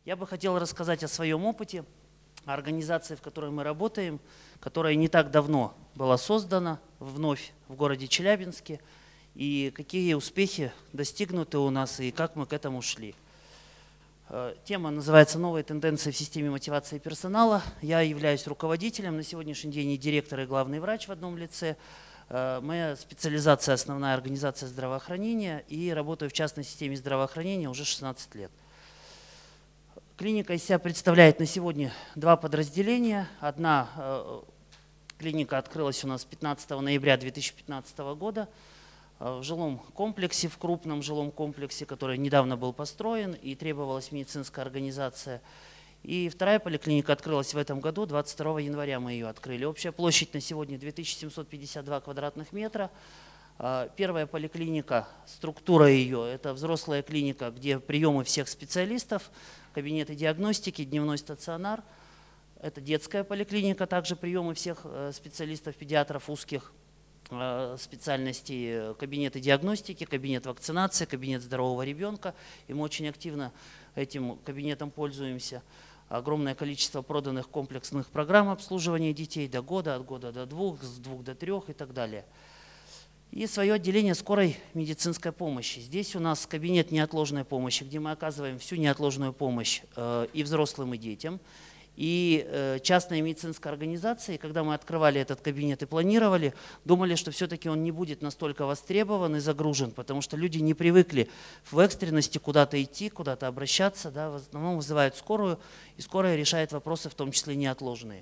Я бы хотел рассказать о своем опыте, о организации, в которой мы работаем, которая не так давно была создана вновь в городе Челябинске, и какие успехи достигнуты у нас, и как мы к этому шли. Тема называется «Новые тенденции в системе мотивации персонала». Я являюсь руководителем, на сегодняшний день и директор, и главный врач в одном лице. Моя специализация – основная организация здравоохранения, и работаю в частной системе здравоохранения уже 16 лет. Клиника из себя представляет на сегодня два подразделения. Одна клиника открылась у нас 15 ноября 2015 года в жилом комплексе, в крупном жилом комплексе, который недавно был построен, и требовалась медицинская организация. И вторая поликлиника открылась в этом году, 22 января мы ее открыли. Общая площадь на сегодня 2752 квадратных метра. Первая поликлиника, структура ее, это взрослая клиника, где приемы всех специалистов, кабинеты диагностики, дневной стационар. Это детская поликлиника, также приемы всех специалистов, педиатров узких специальностей, кабинеты диагностики, кабинет вакцинации, кабинет здорового ребенка. И мы очень активно этим кабинетом пользуемся. Огромное количество проданных комплексных программ обслуживания детей до года, от года до 2, с 2 до 3 и так далее. И свое отделение скорой медицинской помощи. Здесь у нас кабинет неотложной помощи, где мы оказываем всю неотложную помощь и взрослым, и детям. И частные медицинские организации, когда мы открывали этот кабинет и планировали, думали, что все-таки он не будет настолько востребован и загружен, потому что люди не привыкли в экстренности куда-то идти, куда-то обращаться. Да, в основном вызывают скорую, и скорая решает вопросы, в том числе неотложные.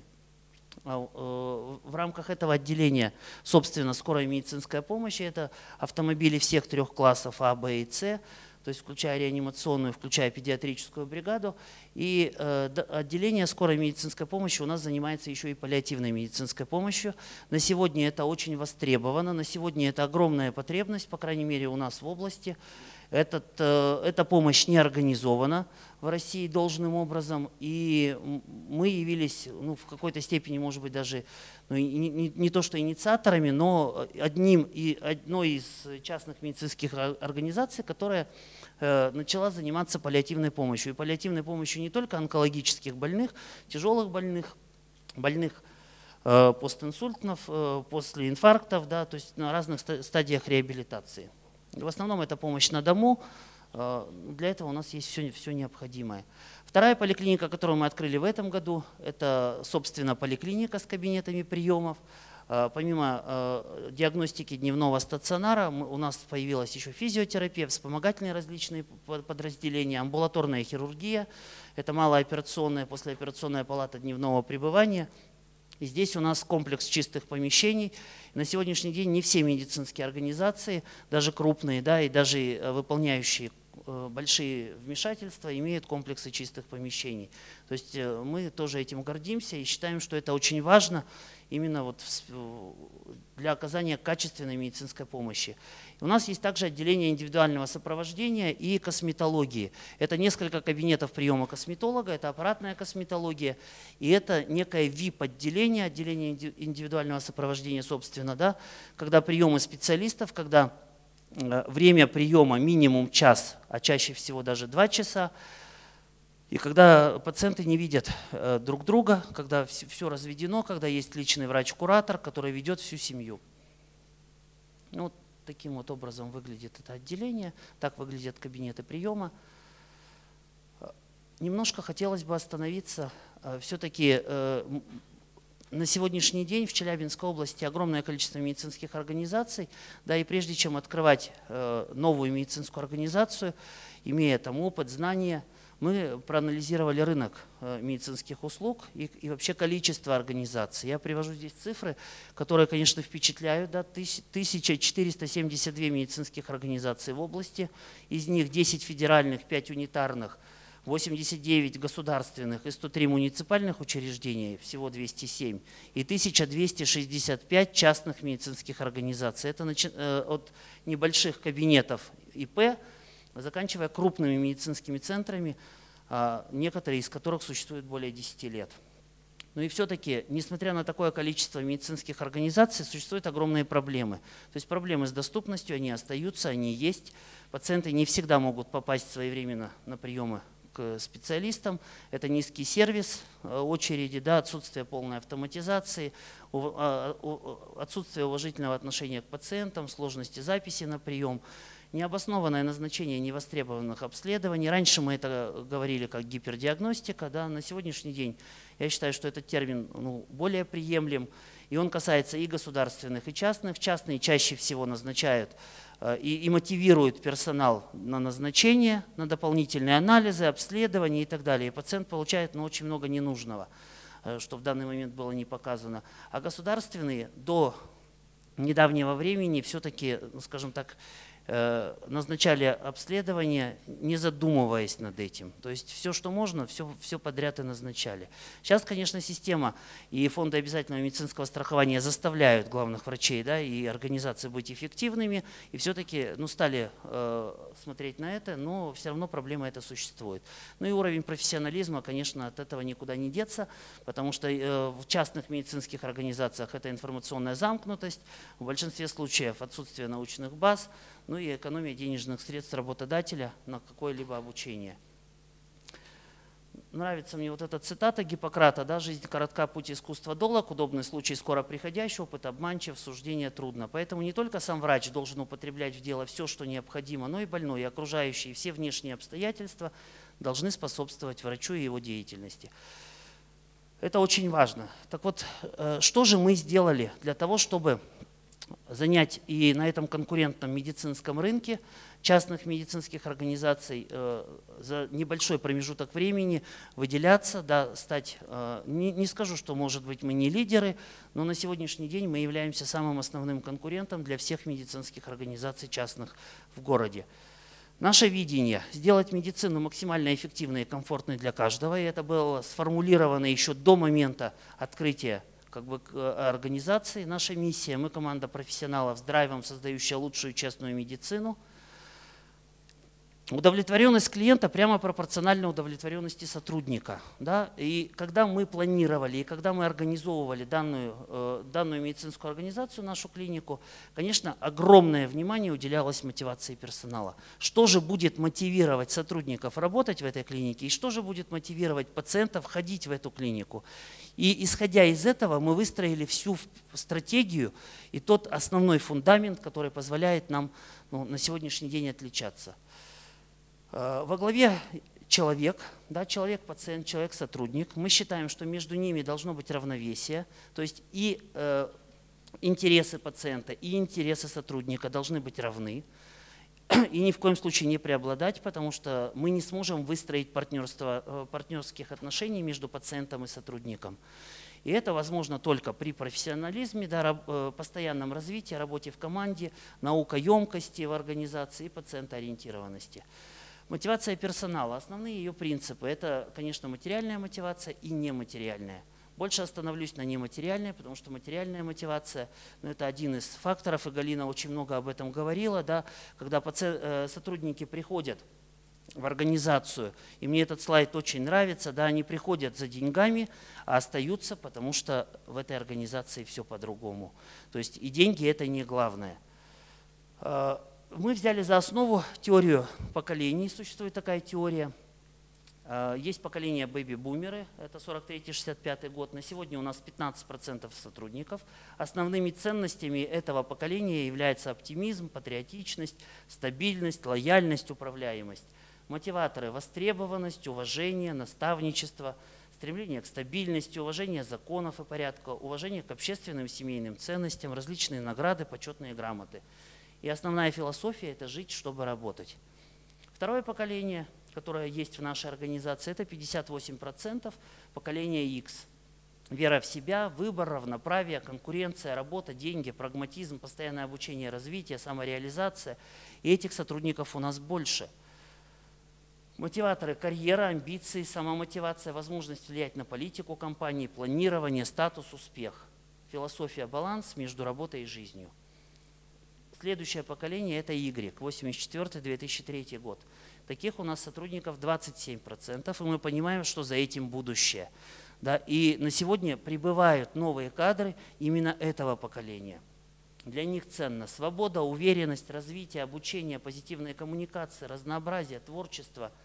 В рамках этого отделения, собственно, скорая медицинская помощь, это автомобили всех 3 классов А, Б и С, то есть включая реанимационную, включая педиатрическую бригаду. И отделение скорой медицинской помощи у нас занимается еще и паллиативной медицинской помощью. На сегодня это очень востребовано, на сегодня это огромная потребность, по крайней мере у нас в области. Эта помощь не организована в России должным образом, и мы явились в какой-то степени, может быть, даже не то что инициаторами, но одной из частных медицинских организаций, которая начала заниматься паллиативной помощью. И паллиативной помощью не только онкологических больных, тяжелых больных постинсультных, после инфарктов, да, то есть на разных стадиях реабилитации. В основном это помощь на дому, для этого у нас есть все необходимое. Вторая поликлиника, которую мы открыли в этом году, это, собственно, поликлиника с кабинетами приемов. Помимо диагностики дневного стационара у нас появилась еще физиотерапия, вспомогательные различные подразделения, амбулаторная хирургия, это малооперационная, послеоперационная палата дневного пребывания. И здесь у нас комплекс чистых помещений. На сегодняшний день не все медицинские организации, даже крупные, да, и даже выполняющие большие вмешательства, имеют комплексы чистых помещений. То есть мы тоже этим гордимся и считаем, что это очень важно именно вот для оказания качественной медицинской помощи. У нас есть также отделение индивидуального сопровождения и косметологии. Это несколько кабинетов приема косметолога, это аппаратная косметология, и это некое VIP-отделение, отделение индивидуального сопровождения, собственно, да, когда приемы специалистов, когда время приема минимум час, а чаще всего даже 2 часа, и когда пациенты не видят друг друга, когда все разведено, когда есть личный врач-куратор, который ведет всю семью. Вот таким вот образом выглядит это отделение, так выглядят кабинеты приема. Немножко хотелось бы остановиться. Все-таки на сегодняшний день в Челябинской области огромное количество медицинских организаций, да, и прежде чем открывать новую медицинскую организацию, имея там опыт, знания, мы проанализировали рынок медицинских услуг и вообще количество организаций. Я привожу здесь цифры, которые, конечно, впечатляют. Да, 1472 медицинских организаций в области, из них 10 федеральных, 5 унитарных, 89 государственных и 103 муниципальных учреждений, всего 207, и 1265 частных медицинских организаций. Это от небольших кабинетов ИП, заканчивая крупными медицинскими центрами, некоторые из которых существуют более 10 лет. Но и все-таки, несмотря на такое количество медицинских организаций, существуют огромные проблемы. То есть проблемы с доступностью, они остаются, они есть. Пациенты не всегда могут попасть своевременно на приемы к специалистам. Это низкий сервис очереди, да, отсутствие полной автоматизации, отсутствие уважительного отношения к пациентам, сложности записи на прием, необоснованное назначение невостребованных обследований. Раньше мы это говорили как гипердиагностика. Да, на сегодняшний день я считаю, что этот термин более приемлем. И он касается и государственных, и частных. Частные чаще всего назначают и мотивируют персонал на назначение, на дополнительные анализы, обследования и так далее. И пациент получает очень много ненужного, что в данный момент было не показано. А государственные до недавнего времени все-таки, скажем так, назначали обследование, не задумываясь над этим. То есть все, что можно, все подряд и назначали. Сейчас, конечно, система и фонды обязательного медицинского страхования заставляют главных врачей, да, и организации быть эффективными, и все-таки стали смотреть на это, но все равно проблема эта существует. Ну и уровень профессионализма, конечно, от этого никуда не деться, потому что в частных медицинских организациях это информационная замкнутость, в большинстве случаев отсутствие научных баз, ну и экономия денежных средств работодателя на какое-либо обучение. Нравится мне вот эта цитата Гиппократа, да, «Жизнь коротка, путь искусства долог, удобный случай скоро приходящий, опыт обманчив, суждение трудно». Поэтому не только сам врач должен употреблять в дело все, что необходимо, но и больной, и окружающие, все внешние обстоятельства должны способствовать врачу и его деятельности. Это очень важно. Так вот, что же мы сделали для того, чтобы занять и на этом конкурентном медицинском рынке частных медицинских организаций за небольшой промежуток времени выделяться, да, стать, не скажу, что, может быть, мы не лидеры, но на сегодняшний день мы являемся самым основным конкурентом для всех медицинских организаций частных в городе. Наше видение – сделать медицину максимально эффективной и комфортной для каждого, и это было сформулировано еще до момента открытия организации. Наша миссия, мы команда профессионалов с драйвом, создающая лучшую честную медицину. Удовлетворенность клиента прямо пропорциональна удовлетворенности сотрудника. Да? И когда мы планировали, и когда мы организовывали данную медицинскую организацию, нашу клинику, конечно, огромное внимание уделялось мотивации персонала. Что же будет мотивировать сотрудников работать в этой клинике, и что же будет мотивировать пациентов ходить в эту клинику. И исходя из этого мы выстроили всю стратегию и тот основной фундамент, который позволяет нам на сегодняшний день отличаться. Во главе человек, да, человек-пациент, человек-сотрудник. Мы считаем, что между ними должно быть равновесие, то есть и интересы пациента, и интересы сотрудника должны быть равны. И ни в коем случае не преобладать, потому что мы не сможем выстроить партнерских отношений между пациентом и сотрудником. И это возможно только при профессионализме, да, постоянном развитии, работе в команде, наукоемкости в организации и пациентоориентированности. Мотивация персонала. Основные ее принципы – это, конечно, материальная мотивация и нематериальная. Больше остановлюсь на нематериальной, потому что материальная мотивация это один из факторов, и Галина очень много об этом говорила. Да, когда сотрудники приходят в организацию, и мне этот слайд очень нравится, да, они приходят за деньгами, а остаются, потому что в этой организации все по-другому. То есть и деньги – это не главное. Мы взяли за основу теорию поколений, существует такая теория. Есть поколение бэби-бумеры, это 43-65 год. На сегодня у нас 15% сотрудников. Основными ценностями этого поколения являются оптимизм, патриотичность, стабильность, лояльность, управляемость. Мотиваторы – востребованность, уважение, наставничество, стремление к стабильности, уважение законов и порядка, уважение к общественным и семейным ценностям, различные награды, почетные грамоты. И основная философия – это жить, чтобы работать. Второе поколение, которое есть в нашей организации, это 58%, поколение X. Вера в себя, выбор, равноправие, конкуренция, работа, деньги, прагматизм, постоянное обучение, развитие, самореализация. И этих сотрудников у нас больше. Мотиваторы – карьера, амбиции, самомотивация, возможность влиять на политику компании, планирование, статус, успех. Философия – баланс между работой и жизнью. Следующее поколение – это Y, 84-2003 год. Таких у нас сотрудников 27%, и мы понимаем, что за этим будущее. Да, и на сегодня прибывают новые кадры именно этого поколения. Для них ценна свобода, уверенность, развитие, обучение, позитивная коммуникация, разнообразие, творчество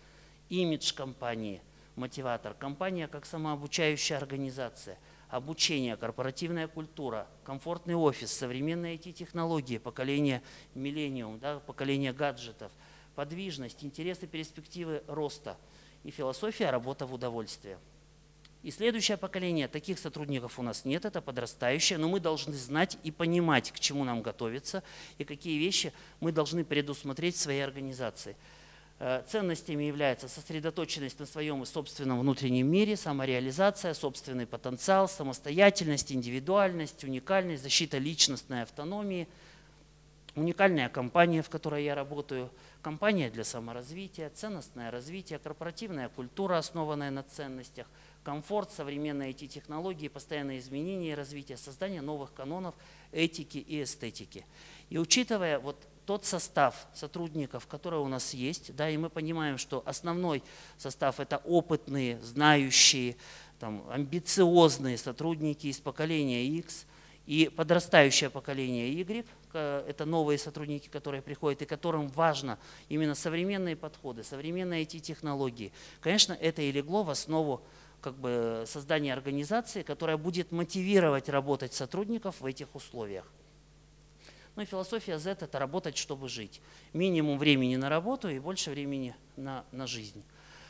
имидж компании, мотиватор, компания как самообучающая организация, обучение, корпоративная культура, комфортный офис, современные IT-технологии, поколение миллениум, да, поколение гаджетов, подвижность, интересы, перспективы роста и философия работа в удовольствие. И следующее поколение, таких сотрудников у нас нет, это подрастающее, но мы должны знать и понимать, к чему нам готовиться и какие вещи мы должны предусмотреть в своей организации. Ценностями является сосредоточенность на своем и собственном внутреннем мире, самореализация, собственный потенциал, самостоятельность, индивидуальность, уникальность, защита личностной автономии, уникальная компания, в которой я работаю, компания для саморазвития, ценностное развитие, корпоративная культура, основанная на ценностях, комфорт, современные IT-технологии, постоянные изменения и развитие, создание новых канонов этики и эстетики. И учитывая вот тот состав сотрудников, который у нас есть, да, и мы понимаем, что основной состав – это опытные, знающие, там, амбициозные сотрудники из поколения X и подрастающее поколение Y – это новые сотрудники, которые приходят и которым важно именно современные подходы, современные IT-технологии. Конечно, это и легло в основу как бы создания организации, которая будет мотивировать работать сотрудников в этих условиях. Ну и философия Z – это работать, чтобы жить. Минимум времени на работу и больше времени на жизнь.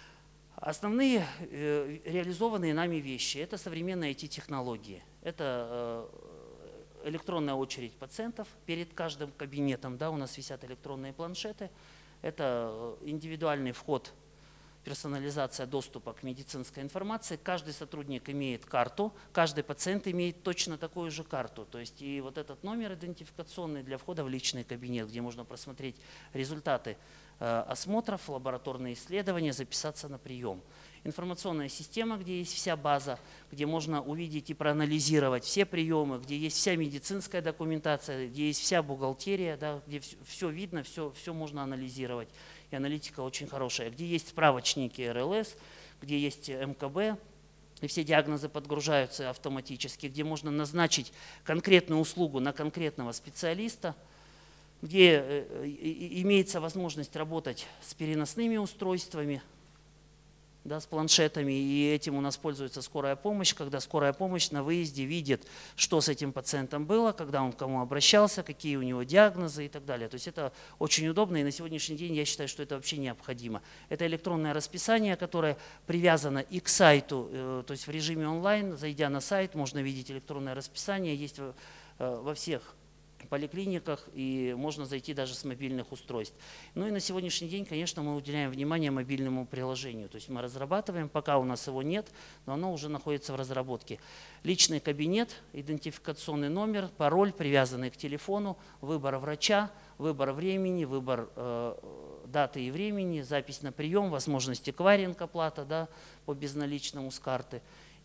Основные реализованные нами вещи – это современные IT-технологии. Это электронная очередь пациентов перед каждым кабинетом. Да, у нас висят электронные планшеты. Это индивидуальный вход, персонализация доступа к медицинской информации. Каждый сотрудник имеет карту, каждый пациент имеет точно такую же карту. То есть и вот этот номер идентификационный для входа в личный кабинет, где можно просмотреть результаты осмотров, лабораторные исследования, записаться на прием. Информационная система, где есть вся база, где можно увидеть и проанализировать все приемы, где есть вся медицинская документация, где есть вся бухгалтерия, да, где все видно, все можно анализировать. И аналитика очень хорошая, где есть справочники РЛС, где есть МКБ, и все диагнозы подгружаются автоматически, где можно назначить конкретную услугу на конкретного специалиста, где имеется возможность работать с переносными устройствами, да, с планшетами, и этим у нас пользуется скорая помощь, когда скорая помощь на выезде видит, что с этим пациентом было, когда он к кому обращался, какие у него диагнозы и так далее. То есть это очень удобно, и на сегодняшний день я считаю, что это вообще необходимо. Это электронное расписание, которое привязано и к сайту, то есть в режиме онлайн, зайдя на сайт, можно видеть электронное расписание, есть во всех поликлиниках, и можно зайти даже с мобильных устройств. Ну и на сегодняшний день, конечно, мы уделяем внимание мобильному приложению. То есть мы разрабатываем, пока у нас его нет, но оно уже находится в разработке. Личный кабинет, идентификационный номер, пароль, привязанный к телефону, выбор врача, выбор времени, выбор даты и времени, запись на прием, возможность эквайринг оплата, да, по безналичному с карты.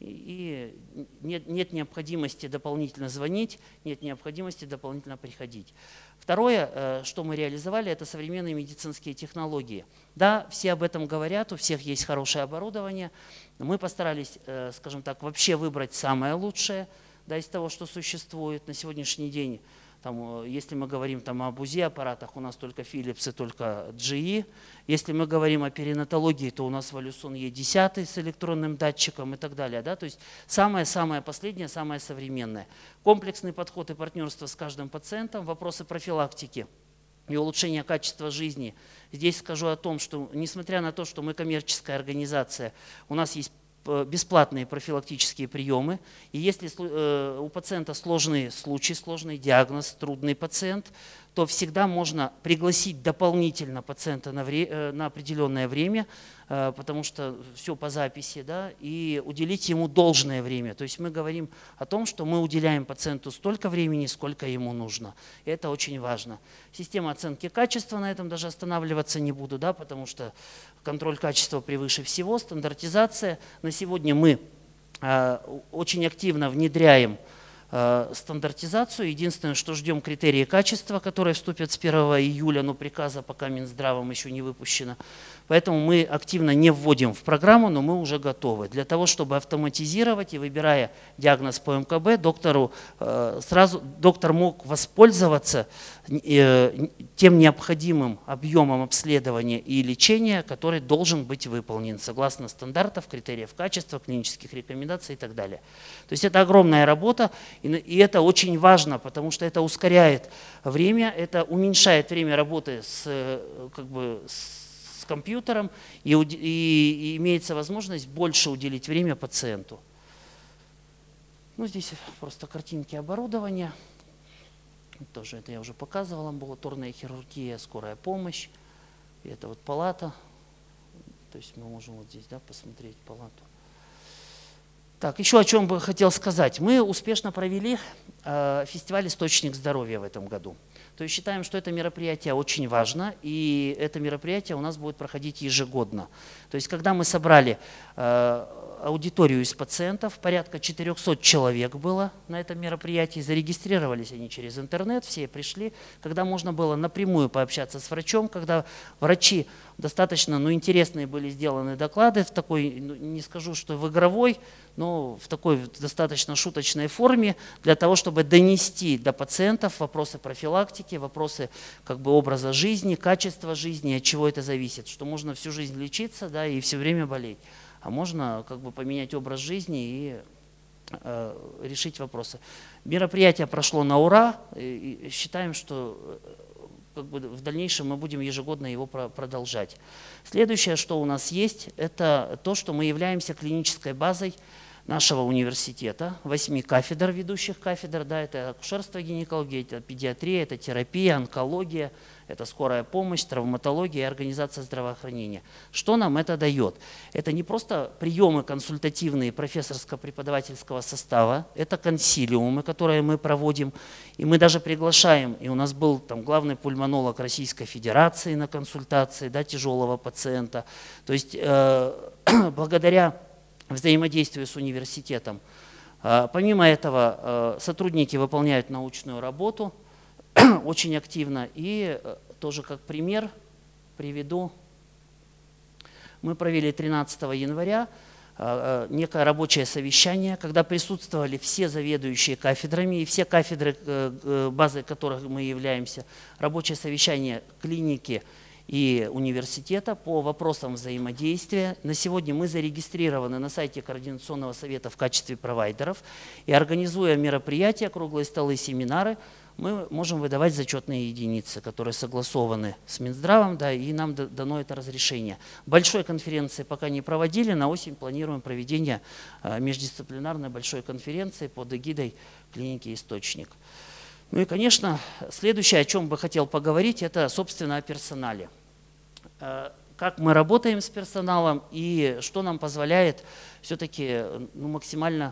И нет необходимости дополнительно звонить, нет необходимости дополнительно приходить. Второе, что мы реализовали, это современные медицинские технологии. Да, все об этом говорят, у всех есть хорошее оборудование. Мы постарались, скажем так, вообще выбрать самое лучшее, да, из того, что существует на сегодняшний день. Там, если мы говорим там, об УЗИ-аппаратах, у нас только Philips и только GE. Если мы говорим о перинатологии, то у нас Валюсон Е10 с электронным датчиком и так далее. Да? То есть самое-самое последнее, самое современное. Комплексный подход и партнерство с каждым пациентом, вопросы профилактики и улучшения качества жизни. Здесь скажу о том, что несмотря на то, что мы коммерческая организация, у нас есть бесплатные профилактические приемы. И если у пациента сложный случай, сложный диагноз, трудный пациент, то всегда можно пригласить дополнительно пациента на определенное время, потому что все по записи, да, и уделить ему должное время. То есть мы говорим о том, что мы уделяем пациенту столько времени, сколько ему нужно. И это очень важно. Система оценки качества, на этом даже останавливаться не буду, да, потому что контроль качества превыше всего, стандартизация. На сегодня мы очень активно внедряем стандартизацию. Единственное, что ждем критерии качества, которые вступят с 1 июля, но приказа пока Минздравом еще не выпущено. Поэтому мы активно не вводим в программу, но мы уже готовы. Для того, чтобы автоматизировать и выбирая диагноз по МКБ, доктор мог воспользоваться тем необходимым объемом обследования и лечения, который должен быть выполнен согласно стандартов, критериев качества, клинических рекомендаций и так далее. То есть это огромная работа, и это очень важно, потому что это ускоряет время, это уменьшает время работы с компьютером, и имеется возможность больше уделить время пациенту. Ну, здесь просто картинки оборудования. Тоже это я уже показывал, амбулаторная хирургия, скорая помощь. И это вот палата. То есть мы можем вот здесь, да, посмотреть палату. Так, еще о чем бы хотел сказать. Мы успешно провели фестиваль «Источник здоровья» в этом году. То есть считаем, что это мероприятие очень важно, и это мероприятие у нас будет проходить ежегодно. То есть когда мы собрали аудиторию из пациентов, порядка 400 человек было на этом мероприятии, зарегистрировались они через интернет, все пришли, когда можно было напрямую пообщаться с врачом, когда врачи достаточно интересные были сделаны доклады в такой, не скажу, что в игровой, но в такой достаточно шуточной форме, для того, чтобы донести до пациентов вопросы профилактики, вопросы образа жизни, качества жизни, от чего это зависит, что можно всю жизнь лечиться, да, и все время болеть, а можно поменять образ жизни и решить вопросы. Мероприятие прошло на ура, и считаем, что в дальнейшем мы будем ежегодно его продолжать. Следующее, что у нас есть, это то, что мы являемся клинической базой нашего университета, 8 кафедр, ведущих кафедр, да, это акушерство, гинекология, это педиатрия, это терапия, онкология, это скорая помощь, травматология и организация здравоохранения. Что нам это дает? Это не просто приемы консультативные профессорско-преподавательского состава, это консилиумы, которые мы проводим, и мы даже приглашаем, и у нас был там главный пульмонолог Российской Федерации на консультации, да, тяжелого пациента. То есть благодаря взаимодействию с университетом. Помимо этого, сотрудники выполняют научную работу очень активно. И тоже как пример приведу. Мы провели 13 января некое рабочее совещание, когда присутствовали все заведующие кафедрами и все кафедры, базой которых мы являемся. Рабочее совещание клиники и университета по вопросам взаимодействия. На сегодня мы зарегистрированы на сайте Координационного совета в качестве провайдеров, и организуя мероприятия, круглые столы, семинары, мы можем выдавать зачетные единицы, которые согласованы с Минздравом, да, и нам дано это разрешение. Большой конференции пока не проводили, на осень планируем проведение междисциплинарной большой конференции под эгидой клиники «Источник». Ну и, конечно, следующее, о чем бы хотел поговорить, это, собственно, о персонале. Как мы работаем с персоналом и что нам позволяет все-таки максимально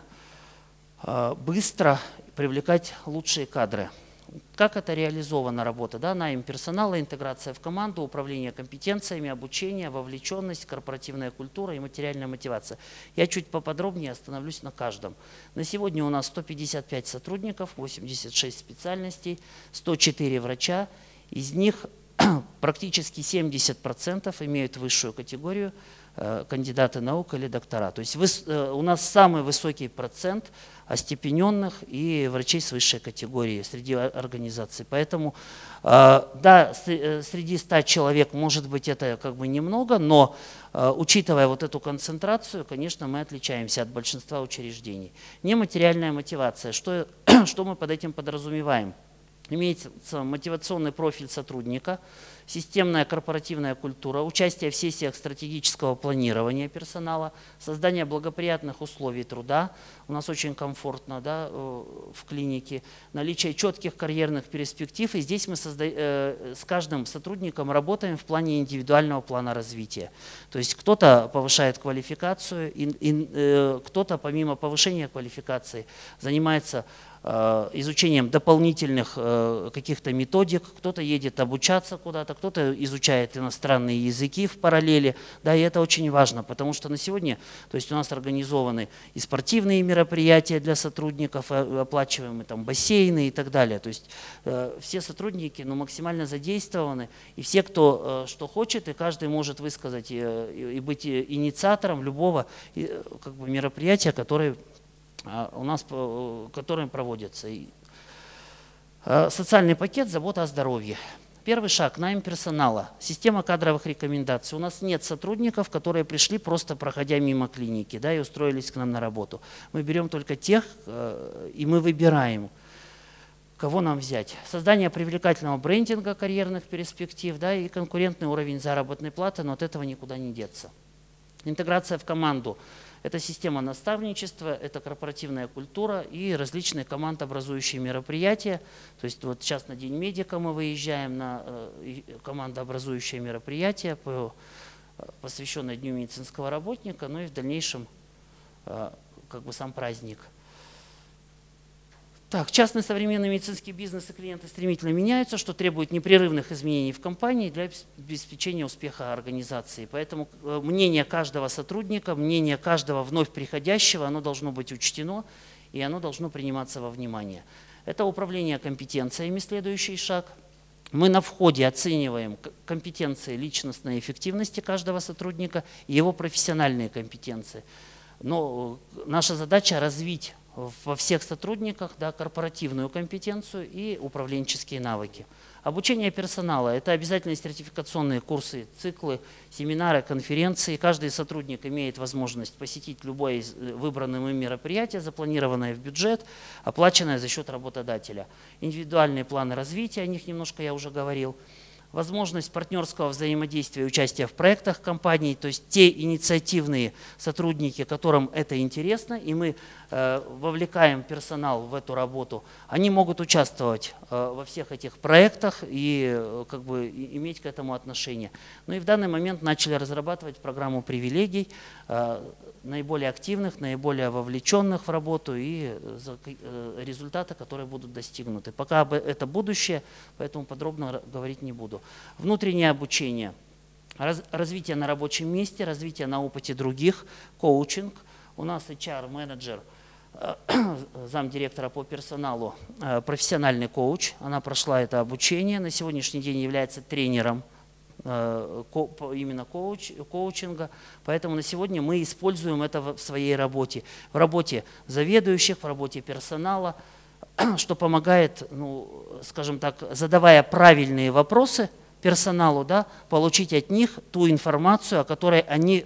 быстро привлекать лучшие кадры. Как это реализована работа? Да? Найм персонала, интеграция в команду, управление компетенциями, обучение, вовлеченность, корпоративная культура и материальная мотивация. Я чуть поподробнее остановлюсь на каждом. На сегодня у нас 155 сотрудников, 86 специальностей, 104 врача. Из них практически 70% имеют высшую категорию, кандидаты наук или доктора. То есть у нас самый высокий процент остепененных и врачей с высшей категорией среди организаций. Поэтому, да, среди 100 человек, может быть, это немного, но учитывая вот эту концентрацию, конечно, мы отличаемся от большинства учреждений. Нематериальная мотивация. Что мы под этим подразумеваем? Имеется мотивационный профиль сотрудника, системная корпоративная культура, участие в сессиях стратегического планирования персонала, создание благоприятных условий труда. У нас очень комфортно, да, в клинике, наличие четких карьерных перспектив. И здесь мы с каждым сотрудником работаем в плане индивидуального плана развития. То есть кто-то повышает квалификацию, кто-то помимо повышения квалификации занимается изучением дополнительных каких-то методик, кто-то едет обучаться куда-то, кто-то изучает иностранные языки в параллели. Да, и это очень важно, потому что на сегодня, то есть у нас организованы и спортивные мероприятия для сотрудников, оплачиваемые там бассейны и так далее. То есть все сотрудники максимально задействованы, и все, кто что хочет, и каждый может высказать и быть инициатором любого мероприятия, которое у нас, которым проводятся. Социальный пакет «Забота о здоровье». Первый шаг – найм персонала. Система кадровых рекомендаций. У нас нет сотрудников, которые пришли просто проходя мимо клиники, да, и устроились к нам на работу. Мы берем только тех, и мы выбираем, кого нам взять. Создание привлекательного брендинга, карьерных перспектив, да, и конкурентный уровень заработной платы, но от этого никуда не деться. Интеграция в команду. Это система наставничества, это корпоративная культура и различные командообразующие мероприятия. То есть вот сейчас на День медика мы выезжаем на командообразующее мероприятие, посвященное Дню медицинского работника, ну и в дальнейшем сам праздник. Так, частный современный медицинский бизнес и клиенты стремительно меняются, что требует непрерывных изменений в компании для обеспечения успеха организации. Поэтому мнение каждого сотрудника, мнение каждого вновь приходящего, оно должно быть учтено и оно должно приниматься во внимание. Это управление компетенциями, следующий шаг. Мы на входе оцениваем компетенции личностной эффективности каждого сотрудника и его профессиональные компетенции. Но наша задача развить во всех сотрудниках, да, корпоративную компетенцию и управленческие навыки. Обучение персонала – это обязательные сертификационные курсы, циклы, семинары, конференции. Каждый сотрудник имеет возможность посетить любое из выбранных им мероприятия, запланированное в бюджет, оплаченное за счет работодателя. Индивидуальные планы развития, о них немножко я уже говорил. Возможность партнерского взаимодействия и участия в проектах компаний, то есть те инициативные сотрудники, которым это интересно, и мы вовлекаем персонал в эту работу, они могут участвовать во всех этих проектах и иметь к этому отношение. Ну и в данный момент начали разрабатывать программу привилегий наиболее активных, наиболее вовлеченных в работу и результаты, которые будут достигнуты. Пока это будущее, поэтому подробно говорить не буду. Внутреннее обучение, развитие на рабочем месте, развитие на опыте других, коучинг. У нас HR-менеджер, замдиректора по персоналу, профессиональный коуч. Она прошла это обучение, на сегодняшний день является тренером именно коучинга. Поэтому на сегодня мы используем это в своей работе. В работе заведующих, в работе персонала, что помогает, скажем так, задавая правильные вопросы персоналу, да, получить от них ту информацию, которую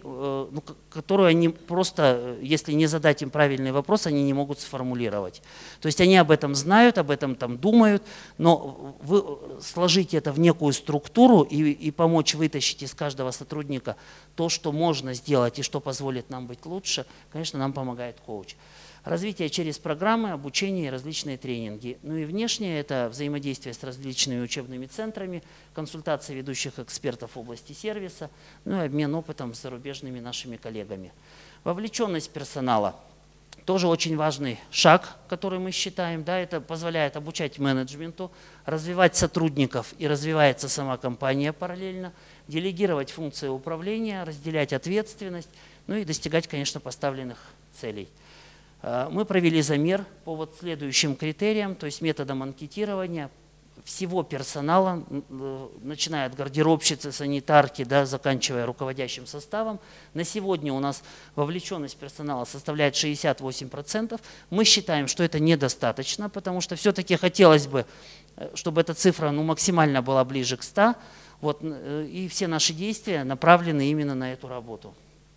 они просто, если не задать им правильный вопрос, они не могут сформулировать. То есть они об этом знают, об этом там думают, но сложить это в некую структуру и помочь вытащить из каждого сотрудника то, что можно сделать и что позволит нам быть лучше, конечно, нам помогает коуч. Развитие через программы, обучение и различные тренинги. Ну и внешнее – это взаимодействие с различными учебными центрами, консультации ведущих экспертов в области сервиса, ну и обмен опытом с зарубежными нашими коллегами. Вовлеченность персонала – тоже очень важный шаг, который мы считаем. Да, это позволяет обучать менеджменту, развивать сотрудников и развивается сама компания параллельно, делегировать функции управления, разделять ответственность, ну и достигать, конечно, поставленных целей. Мы провели замер по вот следующим критериям, то есть методом анкетирования всего персонала, начиная от гардеробщицы, санитарки, да, заканчивая руководящим составом. На сегодня у нас вовлеченность персонала составляет 68%. Мы считаем, что это недостаточно, потому что все-таки хотелось бы, чтобы эта цифра максимально была ближе к 100%. Вот, и все наши действия направлены именно на эту работу.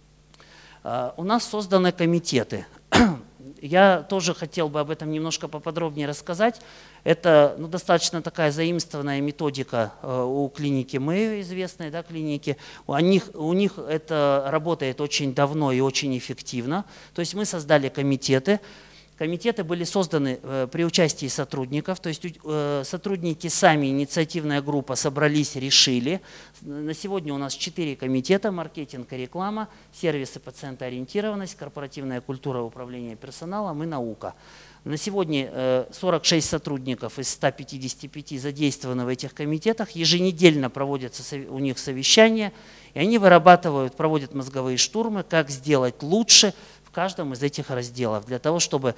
У нас созданы комитеты. Я тоже хотел бы об этом немножко поподробнее рассказать. Это достаточно такая заимствованная методика у клиники Мэйо, известной, да, клиники. У них это работает очень давно и очень эффективно. То есть мы создали комитеты. Комитеты были созданы при участии сотрудников, то есть сотрудники сами, инициативная группа, собрались, решили. На сегодня у нас 4 комитета: маркетинг и реклама, сервисы, пациентоориентированность, корпоративная культура управления персоналом и наука. На сегодня 46 сотрудников из 155 задействованы в этих комитетах. Еженедельно проводятся у них совещания, и они проводят мозговые штурмы, как сделать лучше в каждом из этих разделов, для того, чтобы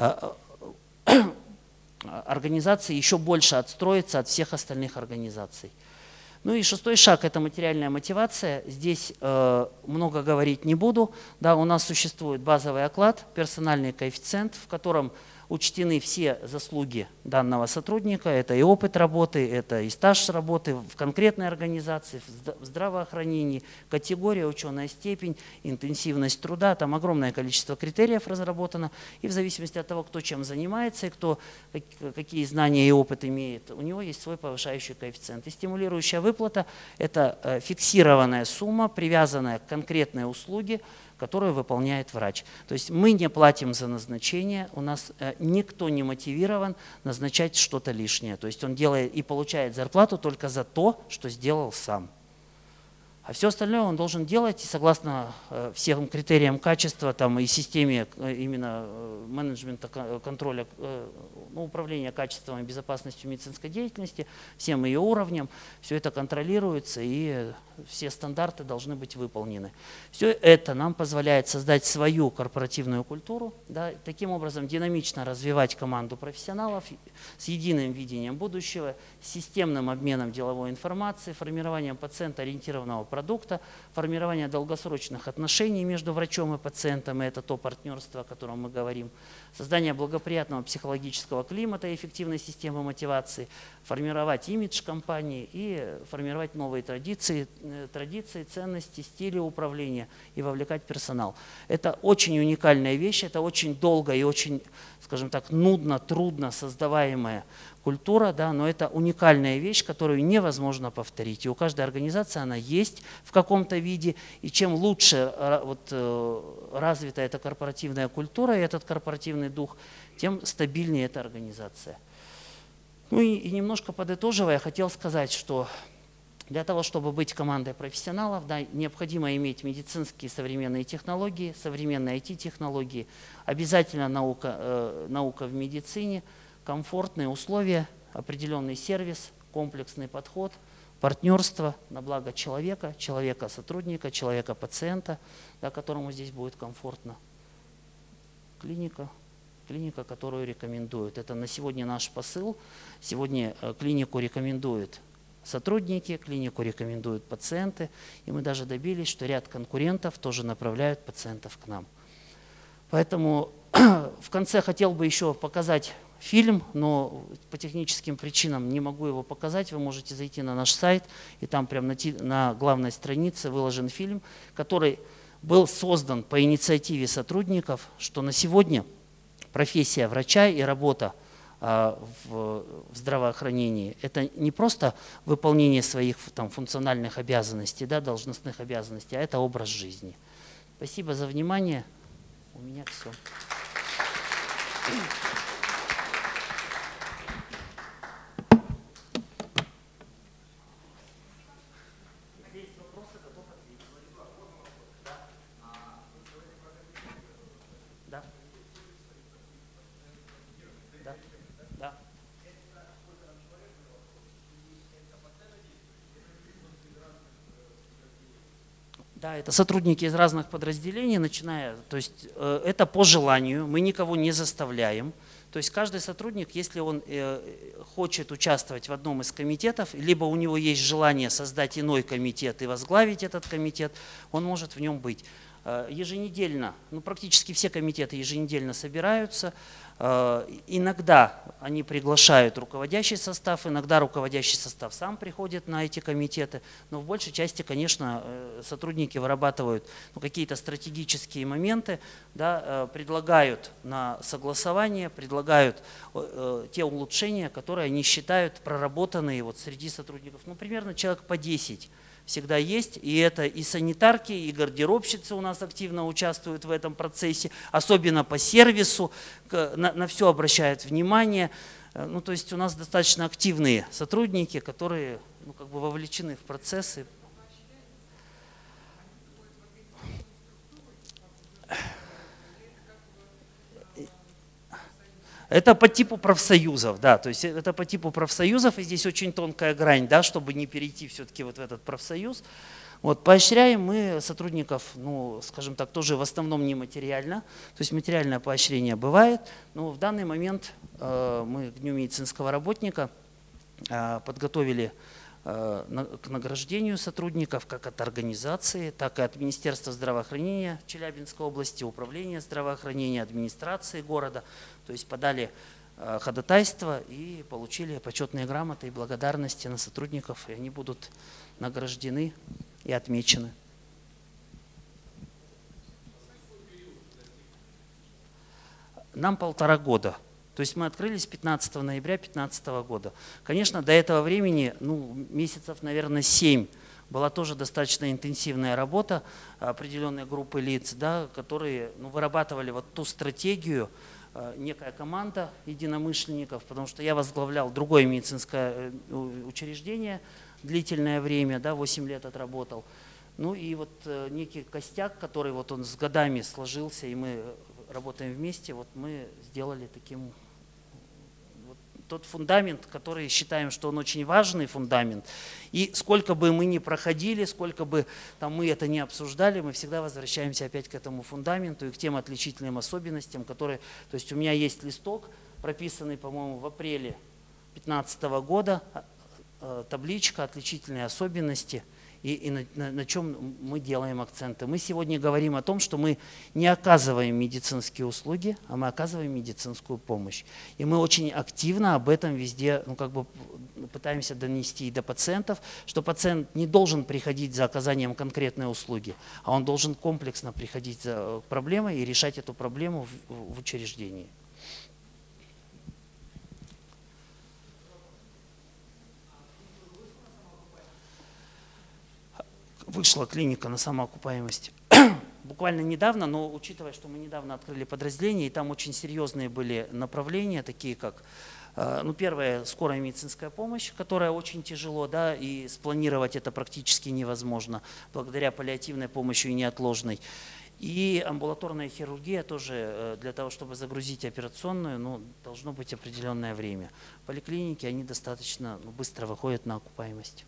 организация еще больше отстроится от всех остальных организаций. Ну и 6-й шаг – это материальная мотивация. Здесь много говорить не буду. Да, у нас существует базовый оклад, персональный коэффициент, в котором учтены все заслуги данного сотрудника. Это и опыт работы, это и стаж работы в конкретной организации, в здравоохранении, категория, ученая степень, интенсивность труда. Там огромное количество критериев разработано. И в зависимости от того, кто чем занимается и кто какие знания и опыт имеет, у него есть свой повышающий коэффициент. И стимулирующая выплата – это фиксированная сумма, привязанная к конкретной услуге, которую выполняет врач. То есть мы не платим за назначение, у нас никто не мотивирован назначать что-то лишнее. То есть он делает и получает зарплату только за то, что сделал сам. А все остальное он должен делать, и согласно всем критериям качества там, и системе именно менеджмента, контроля, управления качеством и безопасностью медицинской деятельности, всем ее уровням, все это контролируется, и все стандарты должны быть выполнены. Все это нам позволяет создать свою корпоративную культуру, да, таким образом динамично развивать команду профессионалов с единым видением будущего, с системным обменом деловой информации, формированием пациентоориентированного продукта, формирование долгосрочных отношений между врачом и пациентом, и это то партнерство, о котором мы говорим, создание благоприятного психологического климата и эффективной системы мотивации, формировать имидж компании и формировать новые традиции, ценности, стили управления и вовлекать персонал. Это очень уникальная вещь, это очень долго и очень, скажем так, нудно, трудно создаваемая культура, да, но это уникальная вещь, которую невозможно повторить. И у каждой организации она есть в каком-то виде, и чем лучше развита эта корпоративная культура и этот корпоративный дух, тем стабильнее эта организация. Ну и немножко подытоживая, я хотел сказать, что для того, чтобы быть командой профессионалов, да, необходимо иметь медицинские современные технологии, современные IT-технологии, обязательно наука в медицине, комфортные условия, определенный сервис, комплексный подход, партнерство на благо человека, человека-сотрудника, человека-пациента, да, которому здесь будет комфортно. Клиника, которую рекомендуют. Это на сегодня наш посыл. Сегодня клинику рекомендуют сотрудники, клинику рекомендуют пациенты, и мы даже добились, что ряд конкурентов тоже направляют пациентов к нам. Поэтому в конце хотел бы еще показать фильм, но по техническим причинам не могу его показать. Вы можете зайти на наш сайт, и там прямо на главной странице выложен фильм, который был создан по инициативе сотрудников, что на сегодня профессия врача и работа в здравоохранении – это не просто выполнение своих там, функциональных обязанностей, да, должностных обязанностей, а это образ жизни. Спасибо за внимание. У меня все. Да, это сотрудники из разных подразделений, то есть это по желанию, мы никого не заставляем. То есть каждый сотрудник, если он хочет участвовать в одном из комитетов, либо у него есть желание создать иной комитет и возглавить этот комитет, он может в нем быть. Еженедельно, практически все комитеты еженедельно собираются. Иногда они приглашают руководящий состав, иногда руководящий состав сам приходит на эти комитеты, но в большей части, конечно, сотрудники вырабатывают какие-то стратегические моменты, да, предлагают на согласование, предлагают те улучшения, которые они считают проработанные среди сотрудников. Примерно человек по 10 всегда есть. И это и санитарки, и гардеробщицы у нас активно участвуют в этом процессе, особенно по сервису, на все обращают внимание. Ну, то есть у нас достаточно активные сотрудники, которые как бы вовлечены в процессы. Это по типу профсоюзов, да, то есть это по типу профсоюзов, и здесь очень тонкая грань, да, чтобы не перейти все-таки вот в этот профсоюз. Вот, поощряем мы сотрудников, ну, скажем так, тоже в основном нематериально, то есть материальное поощрение бывает, но в данный момент мы к Дню медицинского работника подготовили к награждению сотрудников как от организации, так и от Министерства здравоохранения Челябинской области, Управления здравоохранения, администрации города. То есть подали ходатайство и получили почетные грамоты и благодарности на сотрудников, и они будут награждены и отмечены. Нам 1,5 года. То есть мы открылись 15 ноября 2015 года. Конечно, до этого времени, ну, месяцев, наверное, 7, была тоже достаточно интенсивная работа определенной группы лиц, да, которые вырабатывали вот ту стратегию, некая команда единомышленников, потому что я возглавлял другое медицинское учреждение длительное время, да, 8 лет отработал. Ну и вот некий костяк, который вот он с годами сложился, и мы работаем вместе, вот мы сделали таким вот тот фундамент, который считаем, что он очень важный фундамент. И сколько бы мы ни проходили, сколько бы там мы это не обсуждали, мы всегда возвращаемся опять к этому фундаменту и к тем отличительным особенностям, которые… То есть у меня есть листок, прописанный, по-моему, в апреле 2015 года, табличка «Отличительные особенности». И на чем мы делаем акценты. Мы сегодня говорим о том, что мы не оказываем медицинские услуги, а мы оказываем медицинскую помощь. И мы очень активно об этом везде пытаемся донести и до пациентов, что пациент не должен приходить за оказанием конкретной услуги, а он должен комплексно приходить за проблемой и решать эту проблему в учреждении. Вышла клиника на самоокупаемость буквально недавно, но учитывая, что мы недавно открыли подразделение, и там очень серьезные были направления, такие как, ну, первое, скорая медицинская помощь, которая очень тяжело, да, и спланировать это практически невозможно, благодаря паллиативной помощи и неотложной. И амбулаторная хирургия тоже, для того, чтобы загрузить операционную, ну, должно быть определенное время. Поликлиники, они достаточно быстро выходят на окупаемость.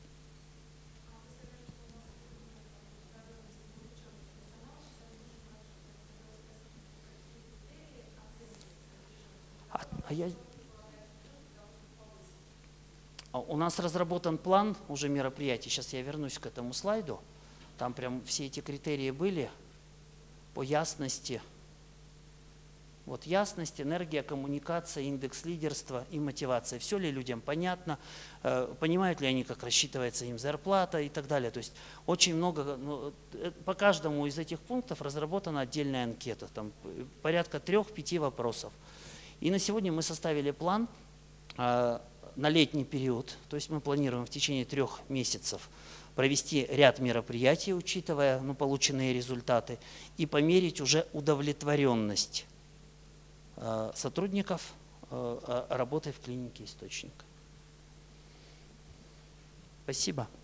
У нас разработан план уже мероприятий. Сейчас я вернусь к этому слайду. Там прям все эти критерии были по ясности. Вот ясность, энергия, коммуникация, индекс лидерства и мотивация. Все ли людям понятно? Понимают ли они, как рассчитывается им зарплата и так далее. То есть очень много, по каждому из этих пунктов разработана отдельная анкета. Там порядка 3-5 вопросов. И на сегодня мы составили план на летний период, то есть мы планируем в течение 3 месяцев провести ряд мероприятий, учитывая полученные результаты, и померить уже удовлетворенность сотрудников работой в клинике «Источник». Спасибо.